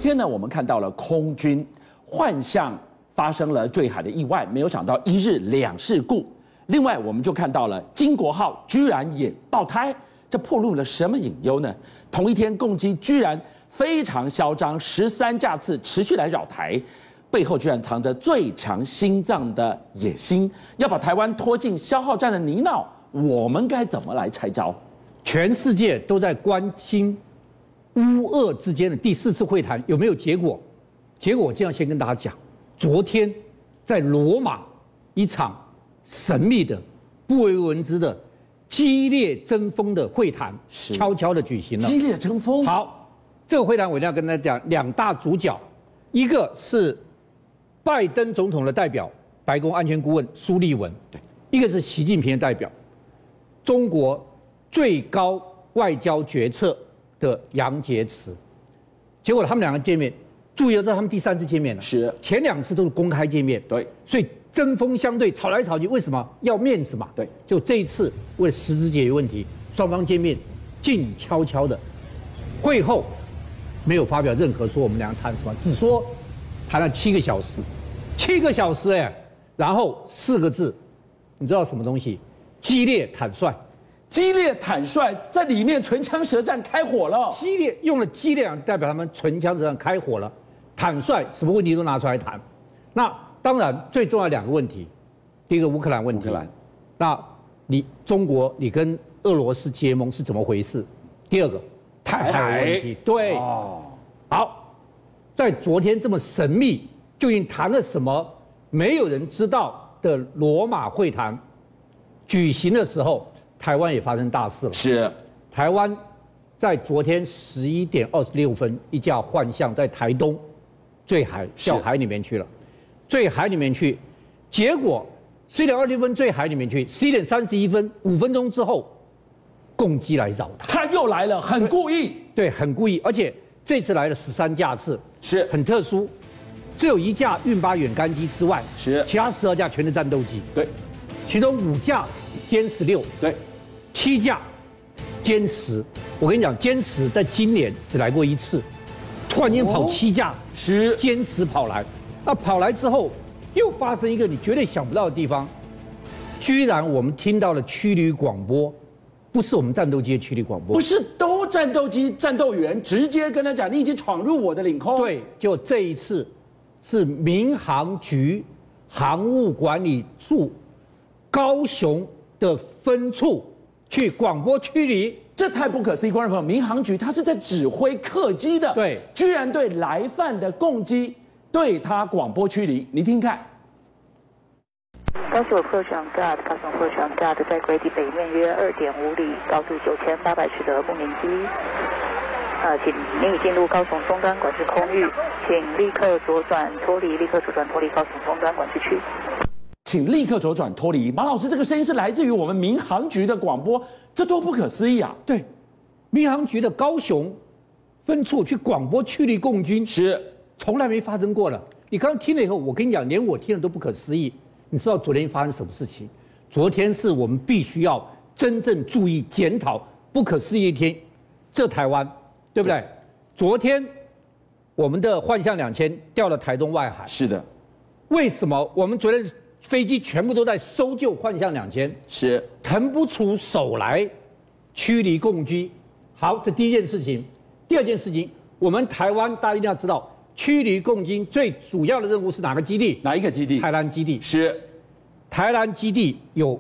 天呢，我们看到了空军幻象发生了坠海的意外，没有想到一日两事故。另外，我们就看到了金国号居然也爆胎，这暴露了什么隐忧呢？同一天，共机居然非常嚣张，13架次持续来扰台，背后居然藏着最强心脏的野心，要把台湾拖进消耗战的泥淖。我们该怎么来拆招？ 全世界都在关心乌俄之间的第4次会谈有没有结果？结果我这样先跟大家讲，昨天在罗马一场神秘的、不为人知的、激烈争锋的会谈，悄悄的举行了。 激烈争锋。 好，这个会谈我一定要跟大家讲两大主角，一个是拜登总统的代表，白宫安全顾问苏利文，对，一个是习近平的代表，中国最高外交决策的杨洁篪。结果他们两个见面，注意到这是他们第3次见面了， 是前2次都是公开见面， 对， 所以针锋相对，吵来吵去，为什么要面子嘛？ 对， 就这一次为了实质解决问题，双方见面静悄悄的，会后没有发表任何说我们两个谈什么，只说谈了7个小时，7个小时哎，然后4个字，你知道什么东西？激烈坦率。 激烈坦率，在里面唇枪舌战开火了。 激烈用了激烈，代表他们唇枪舌战开火了。坦率，什么问题都拿出来谈。那当然最重要2个问题，第一个乌克兰问题。那中国你跟俄罗斯结盟是怎么回事？第2个台海问题。对。哦。好，在昨天这么神秘，究竟谈了什么？没有人知道的罗马会谈举行的时候。台湾也发生大事了。 是， 台湾在昨天11点26分，一架幻象在台东坠海里面去了，坠海里面去，结果11点26分坠海里面去，11点31分5分钟之后，共机来扰他又来了，很故意， 对，很故意，而且这次来了13架次， 是很特殊，只有1架运8远干机之外， 是其他12架全是战斗机， 对， 其中5架歼16， 对。 7架歼10，我跟你讲，歼10在今年只来过1次，突然间跑7架歼10跑来，那跑来之后又发生一个你绝对想不到的地方，居然我们听到了驱离广播，不是我们战斗机的驱离广播， 不是都战斗机战斗员直接跟他讲你已经闯入我的领空， 对，就这一次是民航局航务管理处高雄的分处。去广播驱离， 这太不可思议！观众朋友，民航局他是在指挥客机的， 对， 居然对来犯的共机对他广播驱离，你听看。 高雄 approach on guard， 高雄 approach on guard， 在轨地北面约2.5里，高度9800尺的不明机，请您已进入高雄东端管制空域，请立刻左转脱离，立刻左转脱离高雄东端管制区。 请立刻左转脱离。马老师，这个声音是来自于我们民航局的广播，这多不可思议啊！ 对，民航局的高雄分处去广播驱离共军， 是从来没发生过了。你刚刚听了以后，我跟你讲，连我听了都不可思议。你知道昨天发生什么事情？昨天是我们必须要真正注意检讨不可思议一天。这台湾，对不对？昨天我们的幻象2000掉了台东外海。 是的。 为什么我们昨天？飞机全部都在搜救幻象2000， 是腾不出手来驱离共机。好，这第一件事情。第2件事情，我们台湾大家一定要知道，驱离共机最主要的任务是哪个基地？ 哪一个基地？ 台南基地。 是， 台南基地有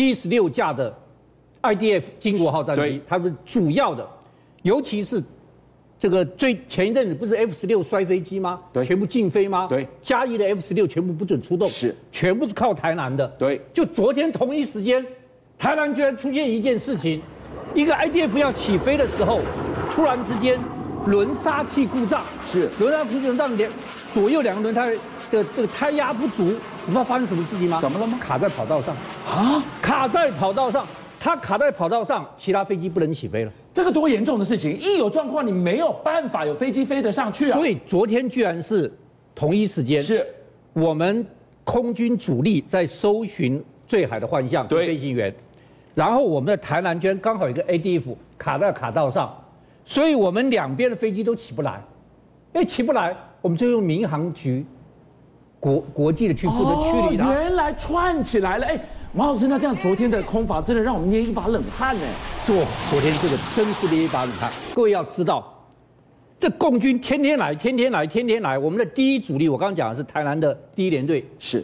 76架的 IDF 金国号战机，它是主要的，尤其是。这个前一阵子不是 F16摔飞机吗？ 对， 全部禁飞吗？ 对， 嘉义的 F16全部不准出动， 是， 全部是靠台南的。 对， 就昨天同一时间，台南居然出现一件事情，一个 IDF 要起飞的时候，突然之间轮刹器故障， 是， 轮刹器故障，左右2个轮胎的这个胎压不足，你知道发生什么事情吗？ 怎么了吗？ 卡在跑道上啊！ 卡在跑道上。它卡在跑道上，其他飞机不能起飞了。 这个多严重的事情！一有状况，你没有办法有飞机飞得上去啊。 所以昨天居然是同一时间， 是我们空军主力在搜寻坠海的幻象飞行员，然后我们的台南居然刚好有一个 ADF 卡在卡道上，所以我们2边的飞机都起不来。 起不来，我们就用民航局国际的去负责驱离它。 原来串起来了，马老师，那这样昨天的空防真的让我们捏一把冷汗呢。 昨天这个真是捏一把冷汗。各位要知道，这共军天天来。我们的第一主力，我刚刚讲的是台南的第一联队， 是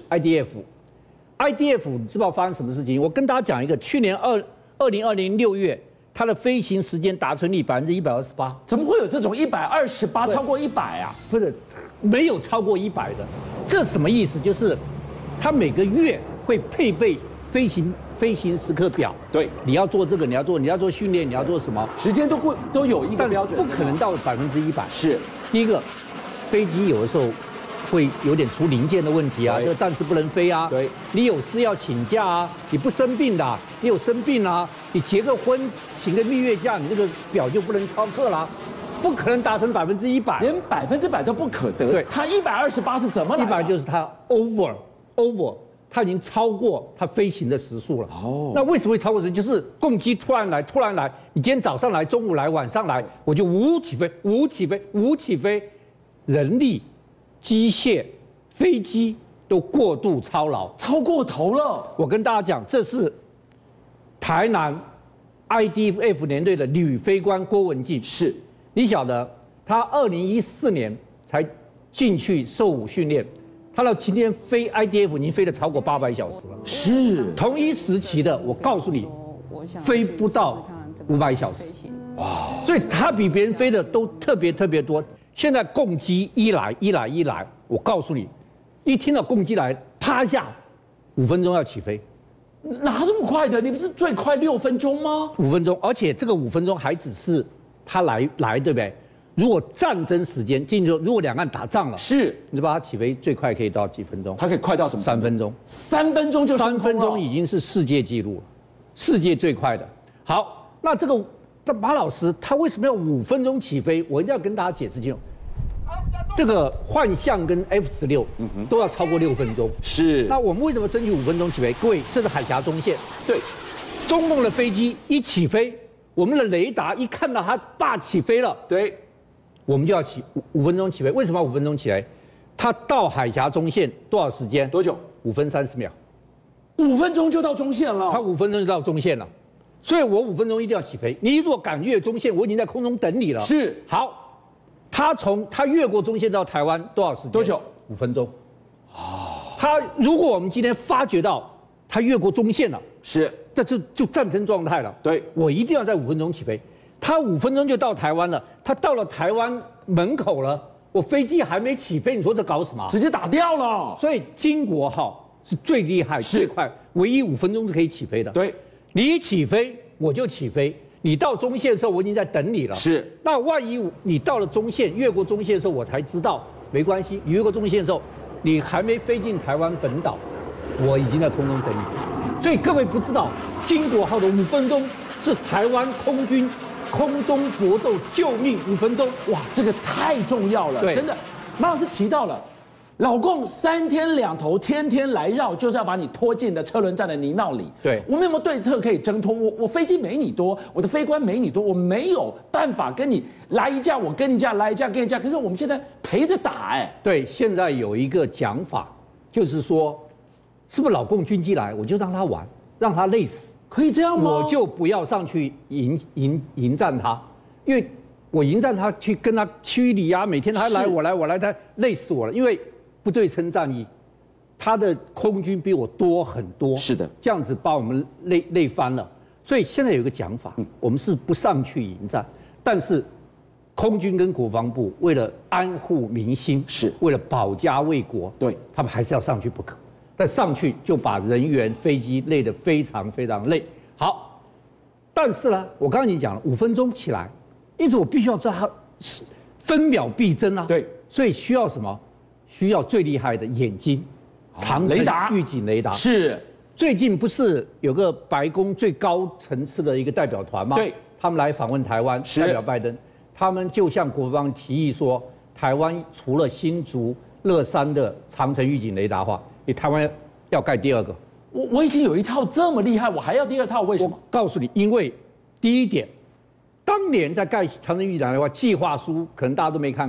IDF，你知道发生什么事情？我跟大家讲一个，去年2020年6月，它的飞行时间达成率128%。 怎么会有这种128超过100啊？ 不是，没有超过100的。这什么意思？就是它每个月会配备飞行时刻表。 对， 你要做这个，你要做训练，你要做什么？ 时间都有一个标准， 不可能到100%。 是， 第一个，飞机有的时候会有点出零件的问题啊，就暂时不能飞啊。 对， 你有事要请假啊，你不生病的，你有生病啊，你结个婚请个蜜月假，你这个表就不能超课啦，不可能达成100%， 连100%都不可得。 对， 它128是怎么来的 ？100就是它 over，它已经超过它飞行的时速了。那为什么会超过时？就是共机突然来，你今天早上来，中午来，晚上来，我就无起飞，人力、机械、飞机都过度操劳， 超过头了。 我跟大家讲，这是台南 IDF 联队的女飞官郭文静。 是， 你晓得，她2014年才进去受武训练。他到今天飞 IDF 已经飞了超过800小时了， 是同一时期的，我告诉你，飞不到500小时，哇！所以他比别人飞的都特别多。现在共机一来，我告诉你，一听到共机来，趴下，5分钟要起飞， 哪这么快的？你不是最快6分钟吗 ？5分钟，而且这个5分钟还只是他来，对不对？如果战争时间，如果两岸打仗了， 是， 你知道它起飞最快可以到几分钟？ 它可以快到什么 ？3分钟。 3分钟就 3分钟已经是世界纪录了，世界最快的。好，那这马老师他为什么要5分钟起飞？我一定要跟大家解释清楚。这个幻象跟 F-16都要超过6分钟。 是。 那我们为什么争取5分钟起飞？各位，这是海峡中线。 对。 中共的飞机一起飞，我们的雷达一看到它起飞了。 对。 我们就要5分钟起飞，为什么要5分钟起来？它到海峡中线多少时间？ 多久 ？5分30秒。 5分钟就到中线了。 它5分钟就到中线了，所以我5分钟一定要起飞。你如果敢越中线，我已经在空中等你了。 是。 好，它越过中线到台湾多少时间？ 多久 ？5分钟。如果我们今天发觉到它越过中线了， 是， 这就战争状态了。 对， 我一定要在5分钟起飞。他5分钟就到台湾了，他到了台湾门口了，我飞机还没起飞，你说这搞什么？ 直接打掉了。 所以金国号是最厉害、最快，唯一5分钟是可以起飞的。 对， 你一起飞我就起飞，你到中线的时候我已经在等你了。 是， 那万一你到了中线，越过中线的时候我才知道，没关系，你越过中线的时候，你还没飞进台湾本岛，我已经在空中等你。所以各位不知道，金国号的5分钟是台湾空军空中搏斗救命5分钟， 哇，这个太重要了，真的。马老师提到了，老共3天2头，天天来绕，就是要把你拖进了车轮战的泥淖里。 对， 我们有没有对策可以挣脱？我飞机没你多，我的飞官没你多，我没有办法跟你来一架，我跟你一架，来一架跟一架。可是我们现在陪着打， 对，现在有一个讲法，就是说，是不是老共军机来，我就让他玩，让他累死。 可以这样吗？ 我就不要上去迎战他，因为我迎战他去跟他驱离啊，每天他来我来，他累死我了。因为不对称战役，他的空军比我多很多， 是的， 这样子把我们累翻了。所以现在有一个讲法，我们是不上去迎战，但是空军跟国防部为了安护民心， 是为了保家卫国， 对他们还是要上去不可。但上去就把人员、飞机累得非常累。好，但是呢，我刚刚已经讲了，5分钟起来，因此我必须要知道它分秒必争啊。 对， 所以需要什么？需要最厉害的眼睛，长程预警雷达。 是。 最近不是有个白宫最高层次的一个代表团吗？ 对， 他们来访问台湾，代表拜登，他们就向国防提议说，台湾除了新竹、乐山的长程预警雷达的话，你台湾要盖第2个， 我已经有一套这么厉害，我还要第2套，为什么？ 我告诉你，因为第一点，当年在盖长程预警雷达的话，计划书可能大家都没看过，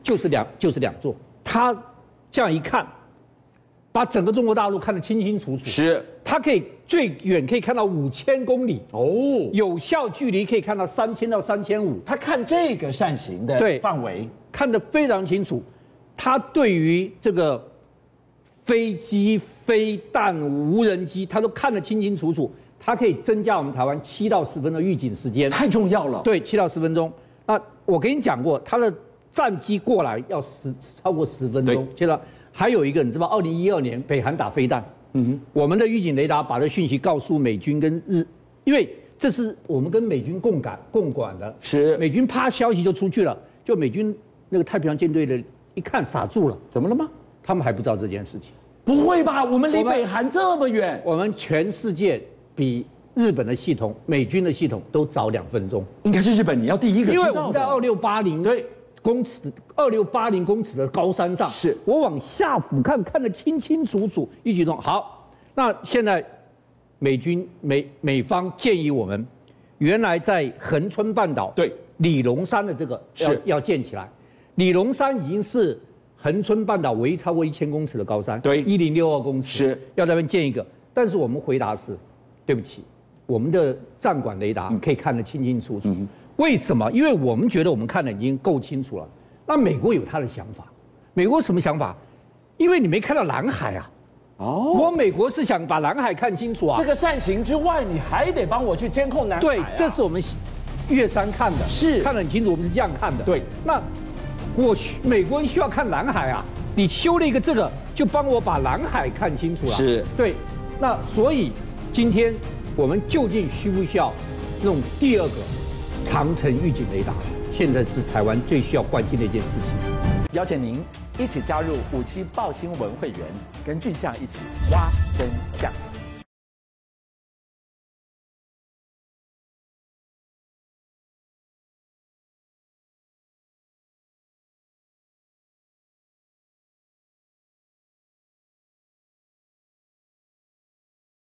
就是两座。他这样一看，把整个中国大陆看得清清楚楚。 是， 他可以最远可以看到5000公里哦， 有效距离可以看到3000到3500。 他看这个扇形的范围， 看得非常清楚。他对于这个飞机、飞弹、无人机，他都看得清清楚楚。它可以增加我们台湾7到10分钟预警时间， 太重要了。 对，7到10分钟。那我跟你讲过，它的战机过来要超过10分钟。接着还有一个，你知道，2012年北韩打飞弹，我们的预警雷达把这讯息告诉美军跟因为这是我们跟美军共管的， 是美军啪消息就出去了，就美军那个太平洋舰队的一看傻住了， 怎么了吗？ 他们还不知道这件事情。 不会吧？我们离北韩这么远， 我们全世界比日本的系统、美军的系统都早2分钟。 应该是日本，你要第一个知道的。 因为我们在2680公尺的高山上， 是我往下俯瞰，看得清清楚楚，预警中好。那现在美方建议我们，原来在恒春半岛对里龙山的这个要建起来，里龙山已经是恒春半岛唯一超过1000公尺的高山， 对 ，1062公尺， 是要在那边建一个。但是我们回答是，对不起，我们的战管雷达可以看得清清楚楚。为什么？因为我们觉得我们看得已经够清楚了。那美国有他的想法，美国什么想法？因为你没看到蓝海啊。哦，我美国是想把蓝海看清楚啊。 这个扇形之外，你还得帮我去监控南海、啊。 对，这是我们月山看的， 是看得很清楚，我们是这样看的。 对， 那美国人需要看蓝海啊，你修了一个这个，就帮我把蓝海看清楚了。 是， 对。那所以今天我们究竟需不需要那种第2个长程预警雷达？现在是台湾最需要关心的一件事情。 邀请您一起加入57爆新闻会员，跟俊相一起挖真相。